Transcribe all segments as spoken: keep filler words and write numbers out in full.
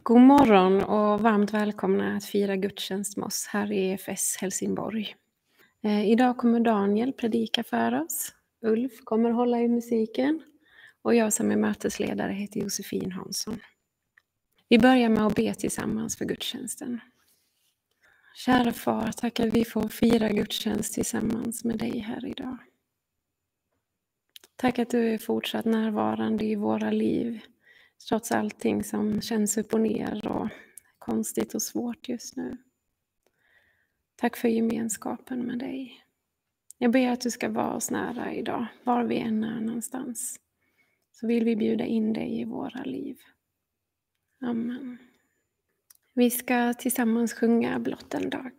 God morgon och varmt välkomna att fira gudstjänst med oss här i E F S Helsingborg. Eh, idag kommer Daniel predika för oss. Ulf kommer hålla i musiken. Och jag som är mötesledare heter Josefin Hansson. Vi börjar med att be tillsammans för gudstjänsten. Kära far, tack att vi får fira gudstjänst tillsammans med dig här idag. Tack att du är fortsatt närvarande i våra liv. Trots allting som känns upp och ner och konstigt och svårt just nu. Tack för gemenskapen med dig. Jag ber att du ska vara oss nära idag, var vi än är någonstans. Så vill vi bjuda in dig i våra liv. Amen. Vi ska tillsammans sjunga Blott en dag.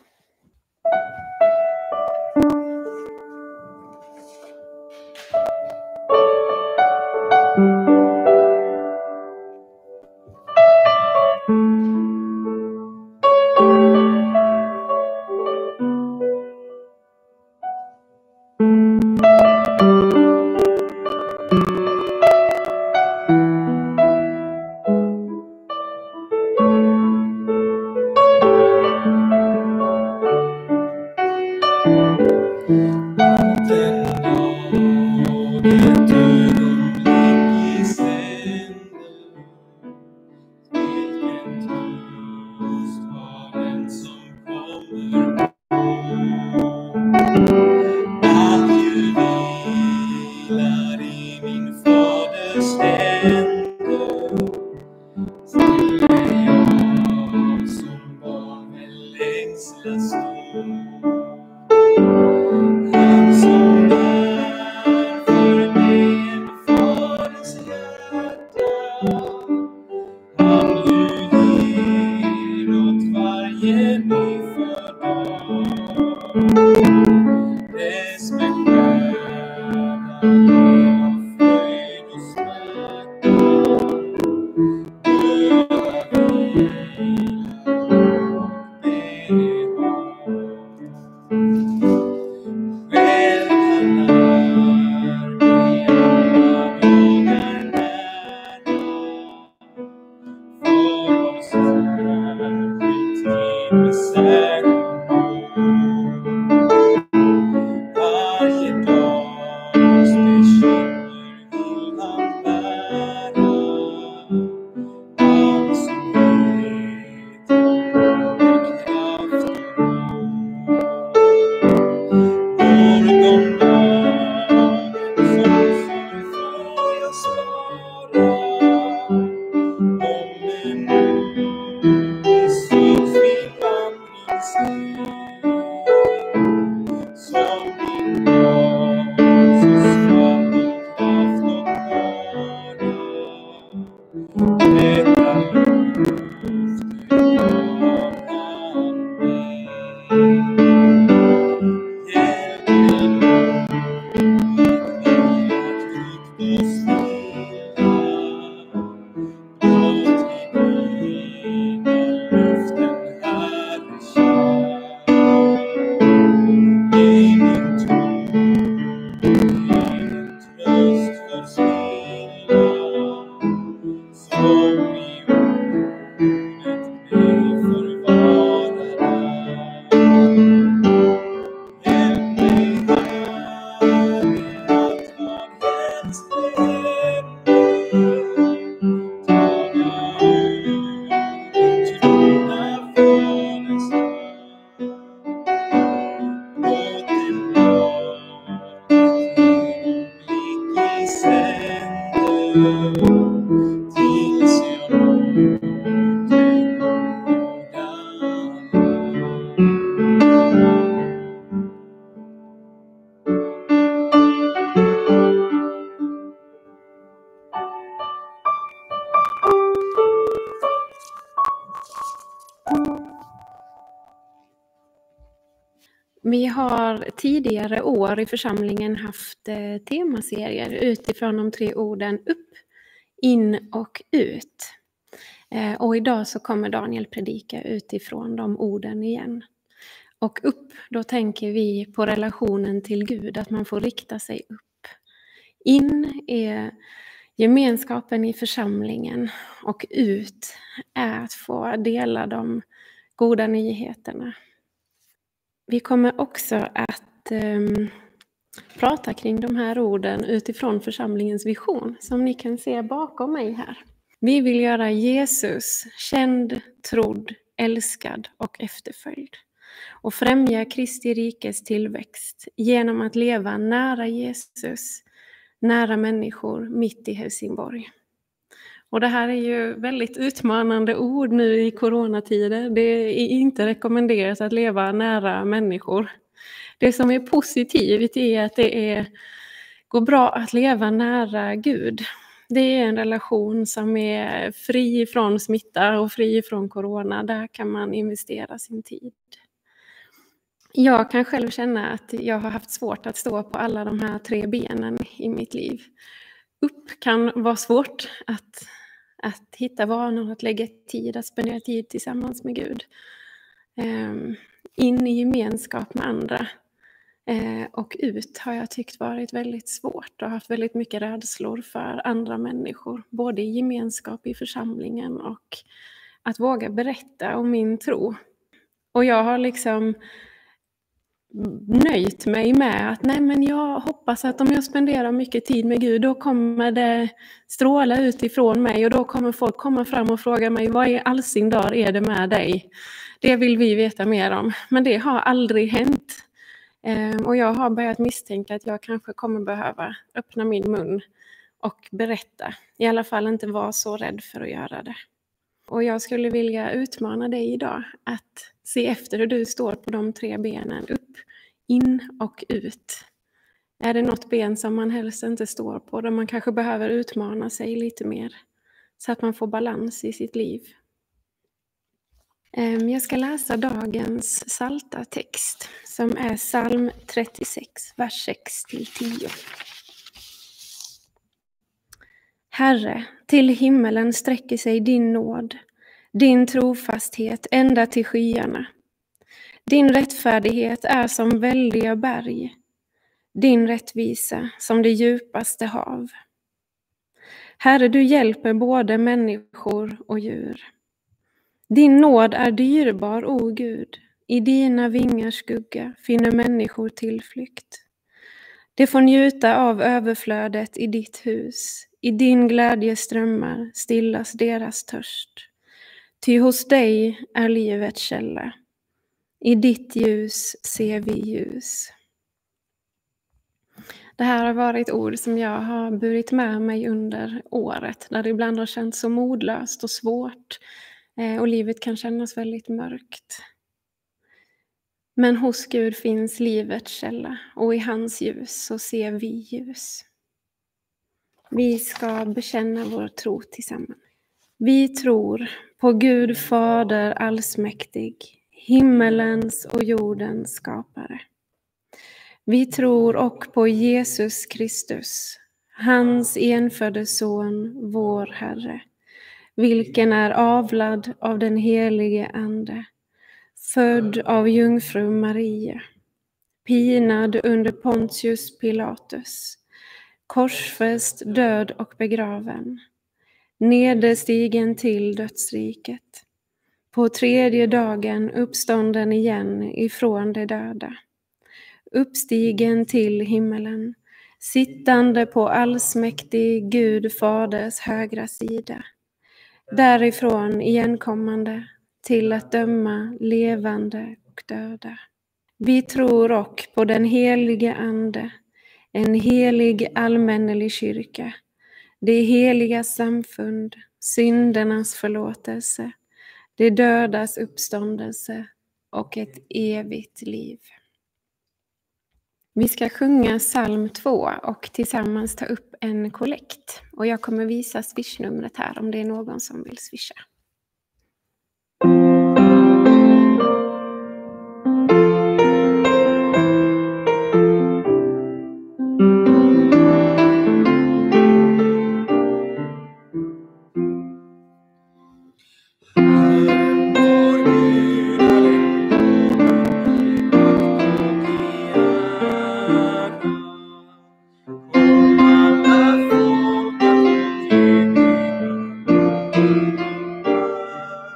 Vi har tidigare år i församlingen haft eh, temaserier utifrån de tre orden upp, in och ut. Eh, och idag så kommer Daniel predika utifrån de orden igen. Och upp, då tänker vi på relationen till Gud, att man får rikta sig upp. In är Gemenskapen i församlingen och ut är att få dela de goda nyheterna. Vi kommer också att um, prata kring de här orden utifrån församlingens vision som ni kan se bakom mig här. Vi vill göra Jesus känd, trodd, älskad och efterföljd och främja Kristi rikes tillväxt genom att leva nära Jesus, nära människor mitt i Helsingborg. Och det här är ju väldigt utmanande ord nu i coronatider. Det är inte rekommenderat att leva nära människor. Det som är positivt är att det är, går bra att leva nära Gud. Det är en relation som är fri från smitta och fri från corona. Där kan man investera sin tid. Jag kan själv känna att jag har haft svårt att stå på alla de här tre benen i mitt liv. Upp kan vara svårt att, att hitta vanor, att lägga tid, att spendera tid tillsammans med Gud. Um, in i gemenskap med andra. Uh, och ut har jag tyckt varit väldigt svårt och haft väldigt mycket rädslor för andra människor. Både i gemenskap i församlingen och att våga berätta om min tro. Och jag har liksom nöjt mig med att nej, men jag hoppas att om jag spenderar mycket tid med Gud, då kommer det stråla utifrån mig och då kommer folk komma fram och fråga mig, vad i all sin dag är det med dig? Det vill vi veta mer om. Men det har aldrig hänt. Ehm, och jag har börjat misstänka att jag kanske kommer behöva öppna min mun och berätta. I alla fall inte vara så rädd för att göra det. Och jag skulle vilja utmana dig idag att se efter hur du står på de tre benen. Upp, in och ut. Är det något ben som man helst inte står på, där man kanske behöver utmana sig lite mer så att man får balans i sitt liv? Jag ska läsa dagens psalta text som är psalm trettiosex, vers sex till tio. Herre, till himmelen sträcker sig din nåd, din trofasthet ända till skyarna. Din rättfärdighet är som väldiga berg, din rättvisa som det djupaste hav. Herre, du hjälper både människor och djur. Din nåd är dyrbar, o Gud. I dina vingars skugga finner människor tillflykt. De får njuta av överflödet i ditt hus. I din glädje strömmar stillas deras törst. Ty hos dig är livets källa. I ditt ljus ser vi ljus. Det här har varit ord som jag har burit med mig under året. Där det ibland har känts så modlöst och svårt. Och livet kan kännas väldigt mörkt. Men hos Gud finns livets källa. Och i hans ljus så ser vi ljus. Vi ska bekänna vår tro tillsammans. Vi tror på Gud Fader allsmäktig, himmelens och jordens skapare. Vi tror och på Jesus Kristus, hans enfödde son, vår Herre, vilken är avlad av den helige Ande, född av jungfru Maria, pinad under Pontius Pilatus, korsfäst, död och begraven, nederstigen till dödsriket, på tredje dagen uppstånden igen ifrån de döda, uppstigen till himmelen, sittande på allsmäktig Gud Faders högra sida, därifrån igenkommande till att döma levande och döda. Vi tror och på den helige Ande, en helig allmännelig kyrka, det heliga samfund, syndernas förlåtelse, det dödas uppståndelse och ett evigt liv. Vi ska sjunga psalm två och tillsammans ta upp en kollekt. Och jag kommer visa swishnumret här om det är någon som vill swisha. Kom alla folk att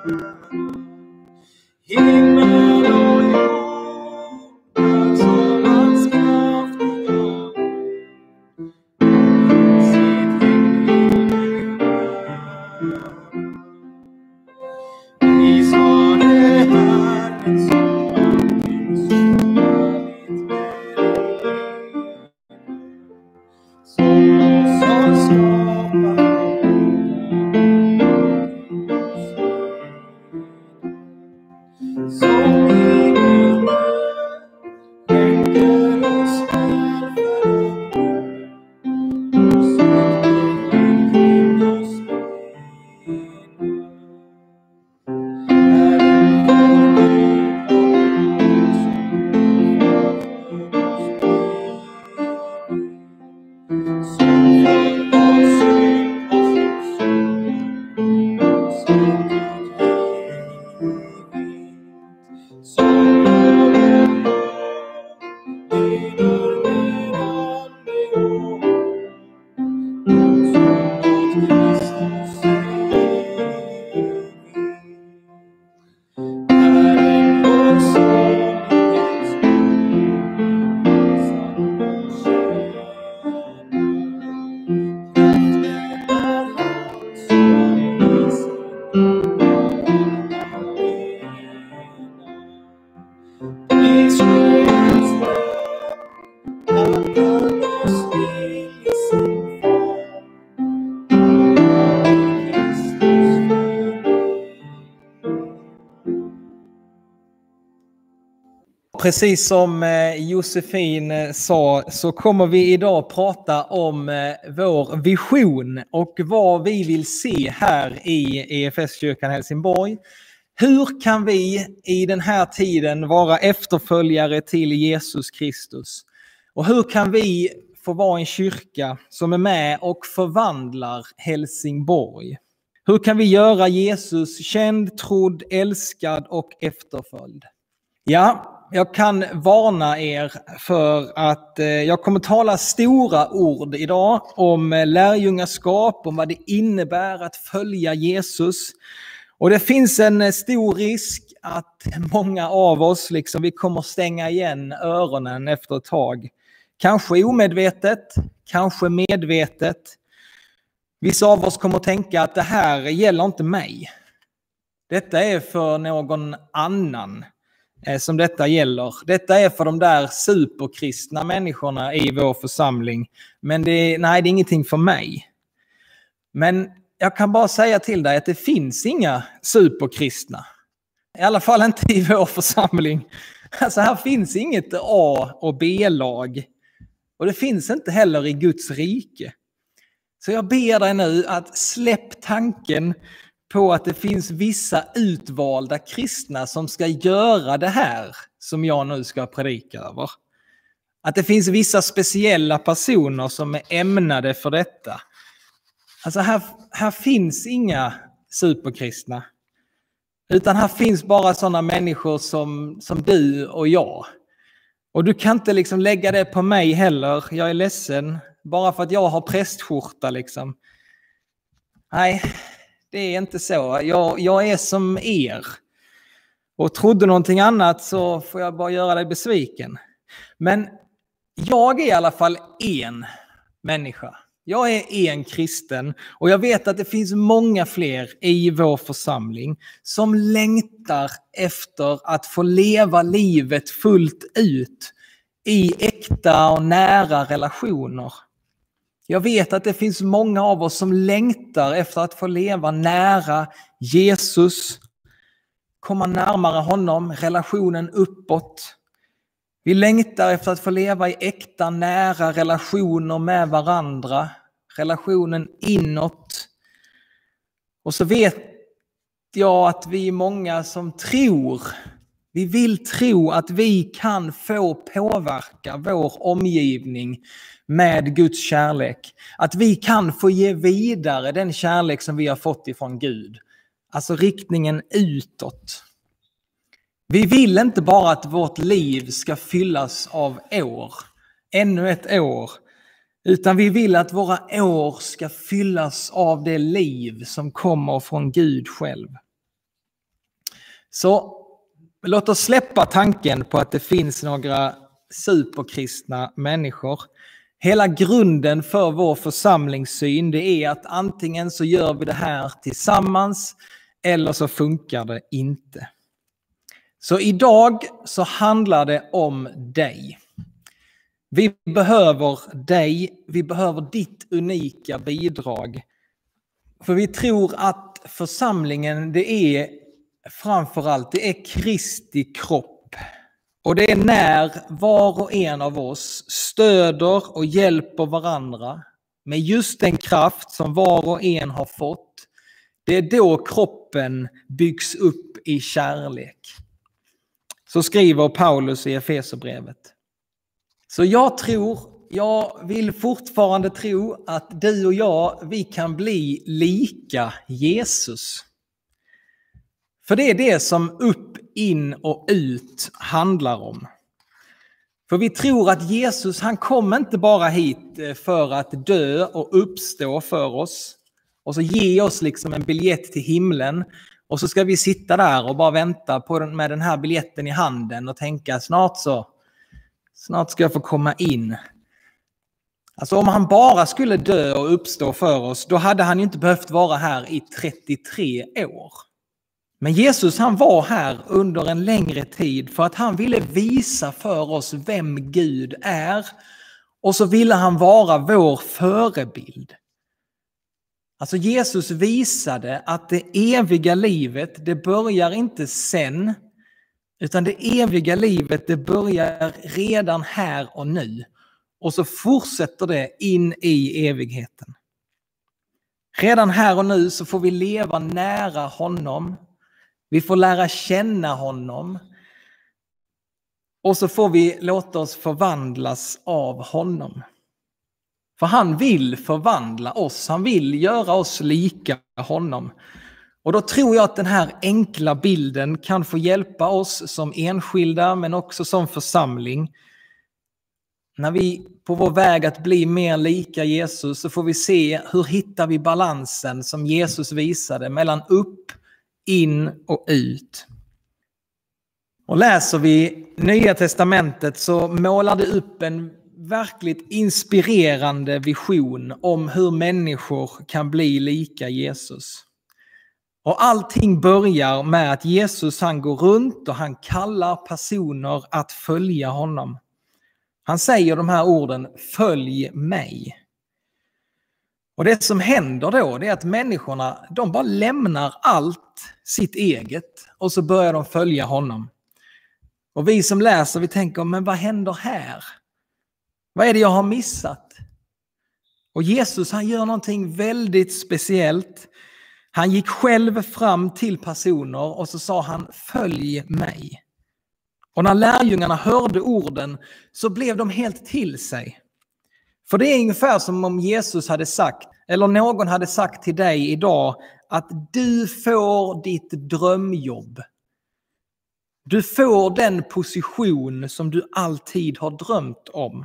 Himmel och jord, allt som hans kraftiga ord, sitt himmelrike rör. Pris vare Herren som allting saligt bereder, som oss har skapat som i vår nöd skänker oss välfärd och sitt kring oss menar. Herren vår Gud som för oss synd och synd och säkert som vår Gud leder med ande och ord som åt Kristus säger vi. Herren vår salighets Gud, satt vår tjänare. Kraften är hans och han visar dagarna lena. Israels Gud, han gav oss till i sin far, i Kristus för. Precis som Josefin sa så kommer vi idag prata om vår vision och vad vi vill se här i E F S-kyrkan Helsingborg. Hur kan vi i den här tiden vara efterföljare till Jesus Kristus? Och hur kan vi få vara en kyrka som är med och förvandlar Helsingborg? Hur kan vi göra Jesus känd, trodd, älskad och efterföljd? Ja, jag kan varna er för att eh, jag kommer tala stora ord idag om eh, lärjungaskap, om vad det innebär att följa Jesus. Och det finns en eh, stor risk att många av oss liksom, vi kommer stänga igen öronen efter ett tag. Kanske omedvetet, kanske medvetet. Vissa av oss kommer att tänka att det här gäller inte mig. Detta är för någon annan som detta gäller. Detta är för de där superkristna människorna i vår församling. Men det, nej, det är ingenting för mig. Men jag kan bara säga till dig att det finns inga superkristna. I alla fall inte i vår församling. Alltså här finns inget A- och B-lag. Och det finns inte heller i Guds rike. Så jag ber dig nu att släpp tanken på att det finns vissa utvalda kristna som ska göra det här som jag nu ska predika över. Att det finns vissa speciella personer som är ämnade för detta. Alltså här, här finns inga superkristna. Utan här finns bara sådana människor som, som du och jag. Och du kan inte liksom lägga det på mig heller. Jag är ledsen. Bara för att jag har prästskjorta liksom. Nej, det är inte så. Jag, jag är som er. Och trodde någonting annat så får jag bara göra dig besviken. Men jag är i alla fall en människa. Jag är en kristen och jag vet att det finns många fler i vår församling som längtar efter att få leva livet fullt ut i äkta och nära relationer. Jag vet att det finns många av oss som längtar efter att få leva nära Jesus, komma närmare honom, relationen uppåt. Vi längtar efter att få leva i äkta, nära relationer med varandra, relationen inåt. Och så vet jag att vi är många som tror, vi vill tro att vi kan få påverka vår omgivning med Guds kärlek. Att vi kan få ge vidare den kärlek som vi har fått ifrån Gud. Alltså riktningen utåt. Vi vill inte bara att vårt liv ska fyllas av år, ännu ett år, utan vi vill att våra år ska fyllas av det liv som kommer från Gud själv. Så låt oss släppa tanken på att det finns några superkristna människor. Hela grunden för vår församlingssyn, det är att antingen så gör vi det här tillsammans eller så funkar det inte. Så idag så handlar det om dig. Vi behöver dig, vi behöver ditt unika bidrag. För vi tror att församlingen, det är framförallt, det är Kristi kropp. Och det är när var och en av oss stöder och hjälper varandra med just den kraft som var och en har fått. Det är då kroppen byggs upp i kärlek. Så skriver Paulus i Efesierbrevet. Så jag tror, jag vill fortfarande tro att du och jag, vi kan bli lika Jesus. För det är det som upp, in och ut handlar om. För vi tror att Jesus, han kom inte bara hit för att dö och uppstå för oss. Och så ge oss liksom en biljett till himlen. Och så ska vi sitta där och bara vänta på den, med den här biljetten i handen och tänka snart så. Snart ska jag få komma in. Alltså om han bara skulle dö och uppstå för oss, då hade han ju inte behövt vara här i trettiotre år. Men Jesus, han var här under en längre tid för att han ville visa för oss vem Gud är. Och så ville han vara vår förebild. Alltså Jesus visade att det eviga livet, det börjar inte sen, utan det eviga livet, det börjar redan här och nu. Och så fortsätter det in i evigheten. Redan här och nu så får vi leva nära honom. Vi får lära känna honom. Och så får vi låta oss förvandlas av honom. För han vill förvandla oss. Han vill göra oss lika honom. Och då tror jag att den här enkla bilden kan få hjälpa oss som enskilda men också som församling. När vi på vår väg att bli mer lika Jesus så får vi se hur hittar vi balansen som Jesus visade mellan upp, in och ut. Och läser vi Nya testamentet så målar det upp en verkligt inspirerande vision om hur människor kan bli lika Jesus. Och allting börjar med att Jesus, han går runt och han kallar personer att följa honom. Han säger de här orden, följ mig. Och det som händer då, det är att människorna, de bara lämnar allt sitt eget och så börjar de följa honom. Och vi som läser, vi tänker, men vad händer här? Vad är det jag har missat? Och Jesus, han gör någonting väldigt speciellt. Han gick själv fram till personer och så sa han, följ mig. Och när lärjungarna hörde orden så blev de helt till sig. För det är ungefär som om Jesus hade sagt, eller någon hade sagt till dig idag, att du får ditt drömjobb. Du får den position som du alltid har drömt om.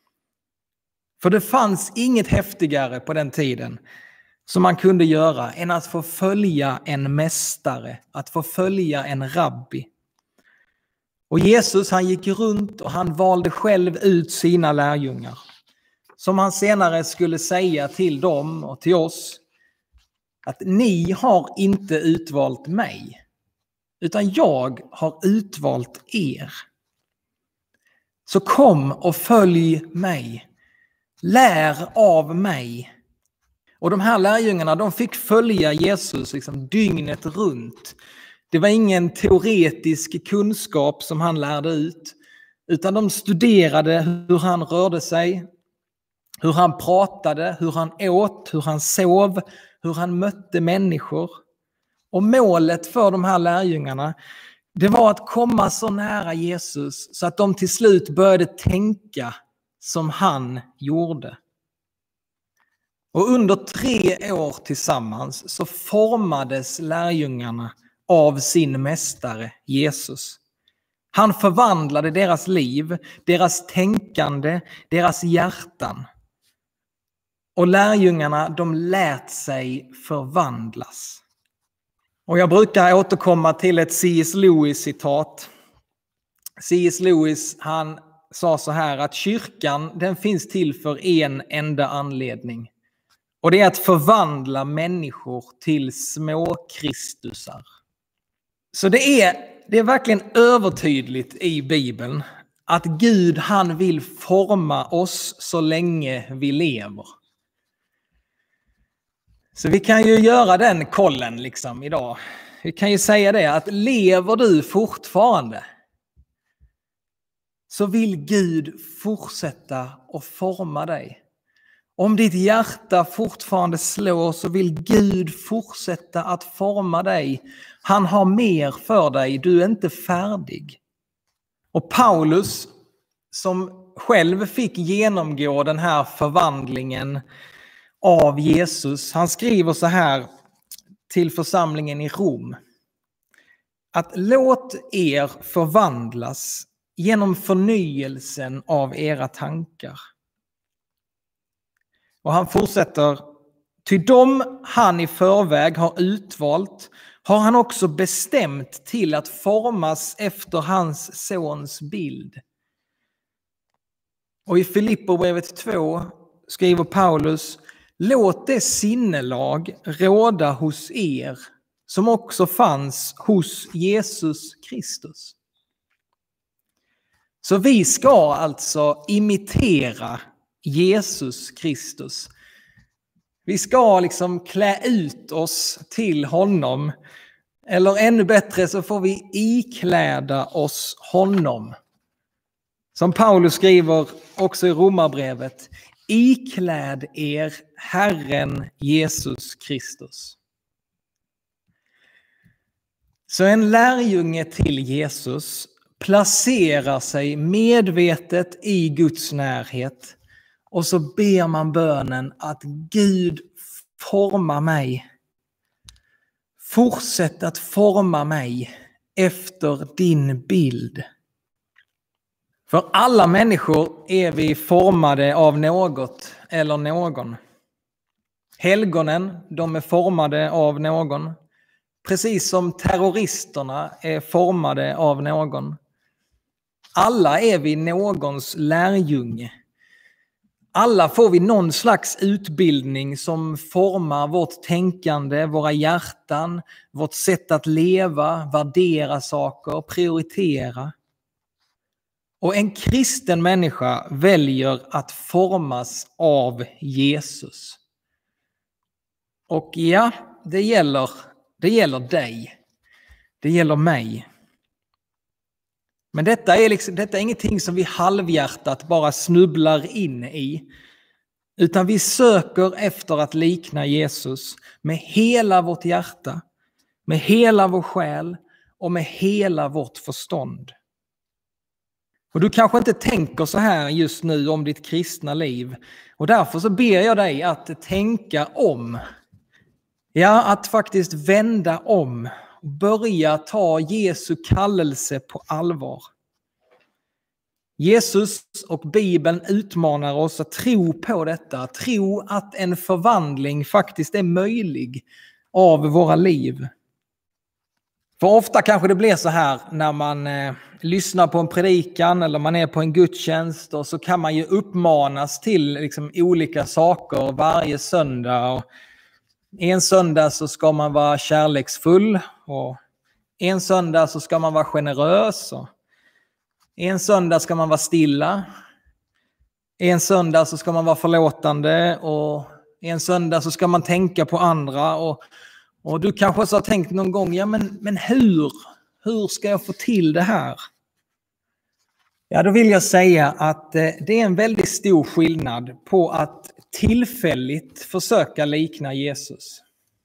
För det fanns inget häftigare på den tiden som man kunde göra än att få följa en mästare, att få följa en rabbi. Och Jesus, han gick runt och han valde själv ut sina lärjungar. Som han senare skulle säga till dem och till oss, att ni har inte utvalt mig, utan jag har utvalt er. Så kom och följ mig. Lär av mig. Och de här lärjungarna, de fick följa Jesus liksom dygnet runt. Det var ingen teoretisk kunskap som han lärde ut, utan de studerade hur han rörde sig, hur han pratade, hur han åt, hur han sov, hur han mötte människor. Och målet för de här lärjungarna, det var att komma så nära Jesus så att de till slut började tänka som han gjorde. Och under tre år tillsammans så formades lärjungarna av sin mästare Jesus. Han förvandlade deras liv, deras tänkande, deras hjärtan. Och lärjungarna, de lät sig förvandlas. Och jag brukar återkomma till ett C S Lewis-citat. C S Lewis, han sa så här att kyrkan, den finns till för en enda anledning. Och det är att förvandla människor till små Kristusar. Så det är, det är verkligen övertydligt i Bibeln att Gud, han vill forma oss så länge vi lever. Så vi kan ju göra den kollen liksom idag. Vi kan ju säga det att lever du fortfarande, så vill Gud fortsätta att forma dig. Om ditt hjärta fortfarande slår, så vill Gud fortsätta att forma dig. Han har mer för dig, du är inte färdig. Och Paulus, som själv fick genomgå den här förvandlingen av Jesus, han skriver så här till församlingen i Rom. Att låt er förvandlas genom förnyelsen av era tankar. Och han fortsätter, ty dem han i förväg har utvalt har han också bestämt till att formas efter hans sons bild. Och i Filipperbrevet två skriver Paulus, låt det sinnelag råda hos er som också fanns hos Jesus Kristus. Så vi ska alltså imitera Jesus Kristus. Vi ska liksom klä ut oss till honom. Eller ännu bättre så får vi ikläda oss honom. Som Paulus skriver också i Romarbrevet. Ikläd er Herren Jesus Kristus. Så en lärjunge till Jesus placerar sig medvetet i Guds närhet. Och så ber man bönen att Gud forma mig. Fortsätt att forma mig efter din bild. För alla människor är vi formade av något eller någon. Helgonen, de är formade av någon. Precis som terroristerna är formade av någon. Alla är vi någons lärjunge. Alla får vi någon slags utbildning som formar vårt tänkande, våra hjärtan, vårt sätt att leva, värdera saker, prioritera. Och en kristen människa väljer att formas av Jesus. Och ja, det gäller, det gäller dig. Det gäller mig. Men detta är, liksom, detta är ingenting som vi halvhjärtat bara snubblar in i. Utan vi söker efter att likna Jesus med hela vårt hjärta, med hela vår själ och med hela vårt förstånd. Och du kanske inte tänker så här just nu om ditt kristna liv. Och därför så ber jag dig att tänka om. Ja, att faktiskt vända om. Börja ta Jesu kallelse på allvar. Jesus och Bibeln utmanar oss att tro på detta. Tro att en förvandling faktiskt är möjlig av våra liv. För ofta kanske det blir så här när man eh, lyssnar på en predikan eller man är på en gudstjänst, och så kan man ju uppmanas till liksom, olika saker varje söndag. Och en söndag så ska man vara kärleksfull, och en söndag så ska man vara generös, och en söndag ska man vara stilla, en söndag så ska man vara förlåtande, och en söndag så ska man tänka på andra. Och, och du kanske också har tänkt någon gång, ja men, men hur? Hur ska jag få till det här? Ja, då vill jag säga att eh, det är en väldigt stor skillnad på att tillfälligt försöka likna Jesus.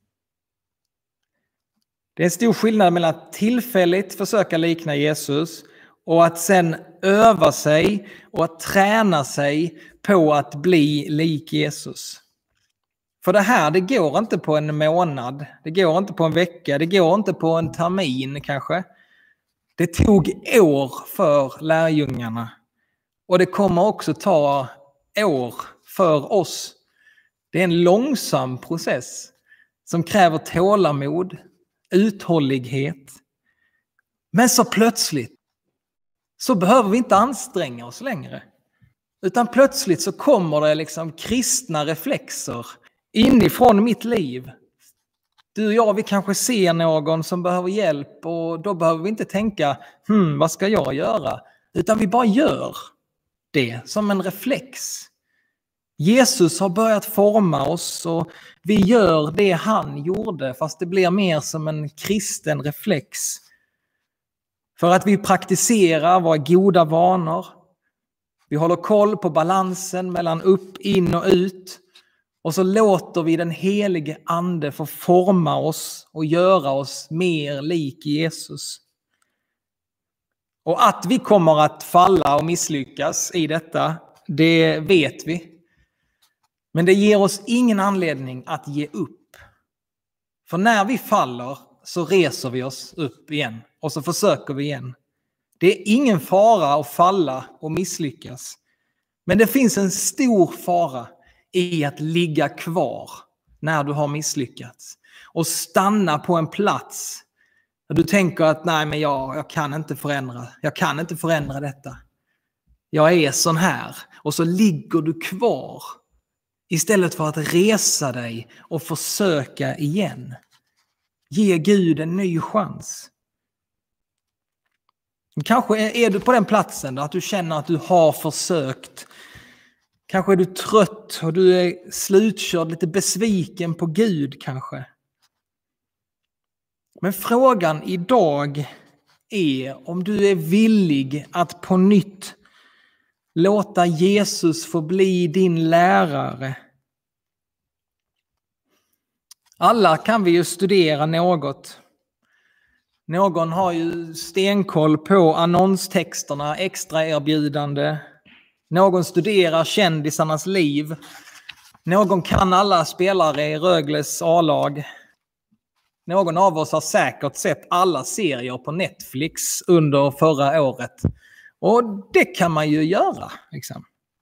Det är en stor skillnad mellan att tillfälligt försöka likna Jesus och att sen öva sig och att träna sig på att bli lik Jesus. För det här, det går inte på en månad, det går inte på en vecka, det går inte på en termin kanske. Det tog år för lärjungarna, och det kommer också ta år för oss. Det är en långsam process som kräver tålamod, uthållighet. Men så plötsligt så behöver vi inte anstränga oss längre. Utan plötsligt så kommer det liksom kristna reflexer inifrån mitt liv. Du och jag, vi kanske ser någon som behöver hjälp och då behöver vi inte tänka, hmm, vad ska jag göra? Utan vi bara gör det som en reflex. Jesus har börjat forma oss och vi gör det han gjorde, fast det blir mer som en kristen reflex. För att vi praktiserar våra goda vanor. Vi håller koll på balansen mellan upp, in och ut. Och så låter vi den helige ande få forma oss och göra oss mer lik Jesus. Och att vi kommer att falla och misslyckas i detta, det vet vi. Men det ger oss ingen anledning att ge upp. För när vi faller så reser vi oss upp igen och så försöker vi igen. Det är ingen fara att falla och misslyckas. Men det finns en stor fara i att ligga kvar när du har misslyckats. Och stanna på en plats där du tänker att nej, men jag, jag kan inte förändra. Jag kan inte förändra detta. Jag är sån här. Och så ligger du kvar istället för att resa dig och försöka igen. Ge Gud en ny chans. Kanske är du på den platsen där att du känner att du har försökt. Kanske är du trött och du är slutkörd, lite besviken på Gud kanske. Men frågan idag är om du är villig att på nytt låta Jesus få bli din lärare. Alla kan vi ju studera något. Någon har ju stenkoll på annonstexterna, extra erbjudande. Någon studerar kändisarnas liv. Någon kan alla spelare i Rögles A-lag. Någon av oss har säkert sett alla serier på Netflix under förra året. Och det kan man ju göra. Liksom.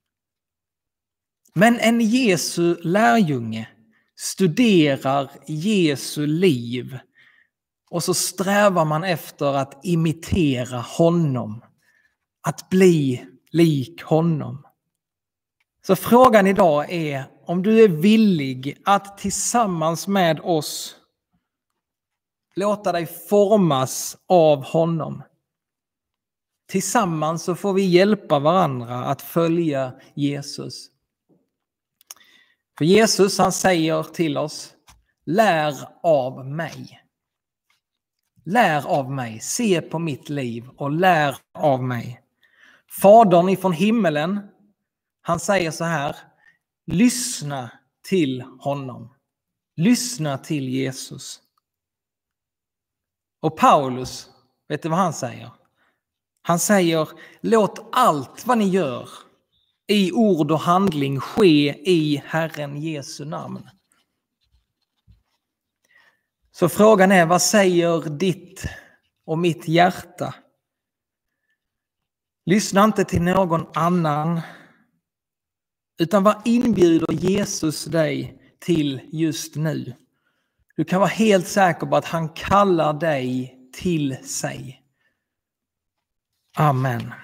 Men en Jesu lärjunge studerar Jesu liv. Och så strävar man efter att imitera honom. Att bli lik honom. Så frågan idag är om du är villig att tillsammans med oss låta dig formas av honom. Tillsammans så får vi hjälpa varandra att följa Jesus. För Jesus, han säger till oss, lär av mig. Lär av mig, se på mitt liv och lär av mig. Fadern ifrån himmelen, han säger så här, lyssna till honom. Lyssna till Jesus. Och Paulus, vet du vad han säger? Han säger, låt allt vad ni gör i ord och handling ske i Herren Jesu namn. Så frågan är, vad säger ditt och mitt hjärta? Lyssna inte till någon annan, utan vad inbjuder Jesus dig till just nu? Du kan vara helt säker på att han kallar dig till sig. Amen.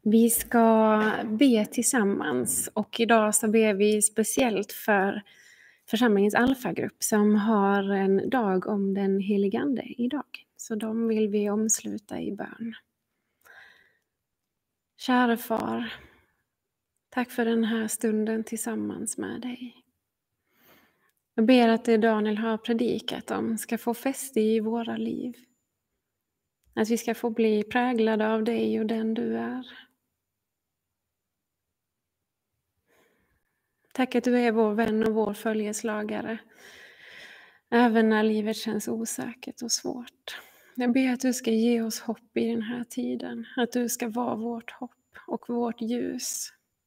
Vi ska be tillsammans och idag så ber vi speciellt för församlingens alfagrupp som har en dag om den helige Ande idag. Så de vill vi omsluta i bön. Kära far, tack för den här stunden tillsammans med dig. Jag ber att det Daniel har predikat om ska få fäste i våra liv. Att vi ska få bli präglade av dig och den du är. Tack att du är vår vän och vår följeslagare. Även när livet känns osäkert och svårt. Jag ber att du ska ge oss hopp i den här tiden. Att du ska vara vårt hopp och vårt ljus.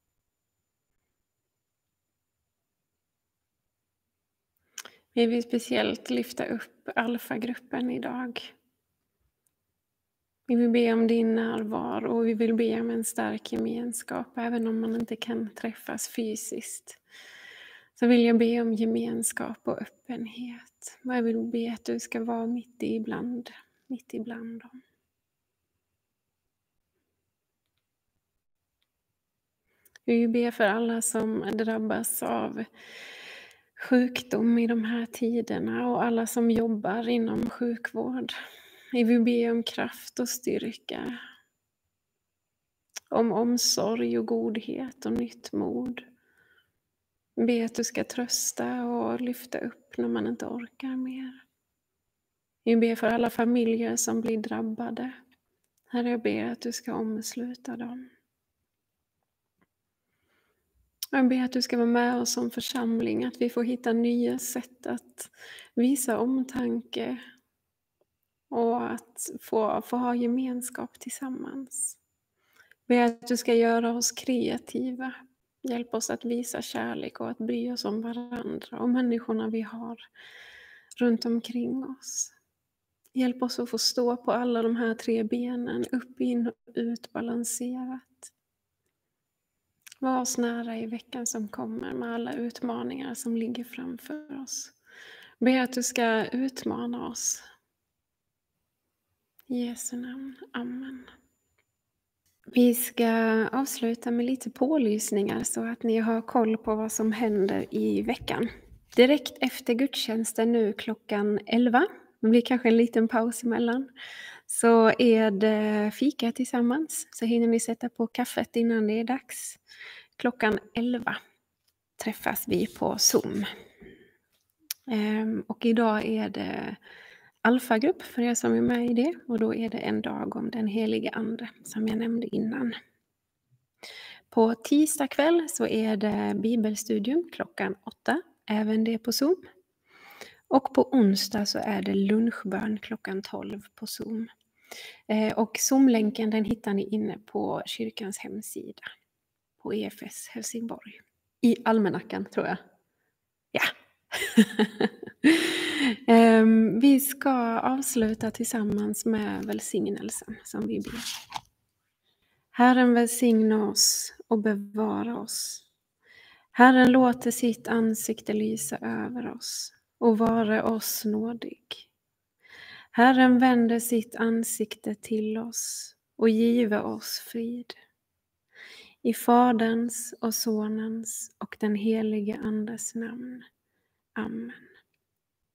Vi vill speciellt lyfta upp alfagruppen idag. Vi vill be om din närvaro och vi vill be om en stark gemenskap. Även om man inte kan träffas fysiskt. Så vill jag be om gemenskap och öppenhet. Och jag vill be att du ska vara mitt ibland, mitt ibland dem. Vi ber för alla som drabbas av sjukdom i de här tiderna och alla som jobbar inom sjukvård. Vi vill be om kraft och styrka, om omsorg och godhet och nytt mod. Be att du ska trösta och lyfta upp när man inte orkar mer. Vi ber för alla familjer som blir drabbade. Herre, jag ber att du ska omsluta dem. Jag ber att du ska vara med oss som församling, att vi får hitta nya sätt att visa omtanke och att få, få ha gemenskap tillsammans. Jag ber att du ska göra oss kreativa. Hjälp oss att visa kärlek och att bry oss om varandra och människorna vi har runt omkring oss. Hjälp oss att få stå på alla de här tre benen, upp, in och ut, balanserat. Var oss nära i veckan som kommer med alla utmaningar som ligger framför oss. Be att du ska utmana oss. I Jesu namn. Amen. Vi ska avsluta med lite pålysningar så att ni har koll på vad som händer i veckan. Direkt efter gudstjänsten nu klockan elva, det blir kanske en liten paus emellan, så är det fika tillsammans. Så hinner ni sätta på kaffet innan det är dags. Klockan elva träffas vi på Zoom. Och idag är det alfagrupp för er som är med i det. Och då är det en dag om den helige Ande som jag nämnde innan. På tisdag kväll så är det bibelstudium klockan åtta. Även det på Zoom. Och på onsdag så är det lunchbön klockan tolv på Zoom. Och Zoom-länken den hittar ni inne på kyrkans hemsida. På E F S Helsingborg. I almanackan tror jag. Ja. um, vi ska avsluta tillsammans med välsignelsen som vi ber. Herren välsigna oss och bevara oss. Herren låter sitt ansikte lysa över oss och vara oss nådig. Herren vänder sitt ansikte till oss och giver oss frid. I Faderns och Sonens och den helige Andes namn. Amen.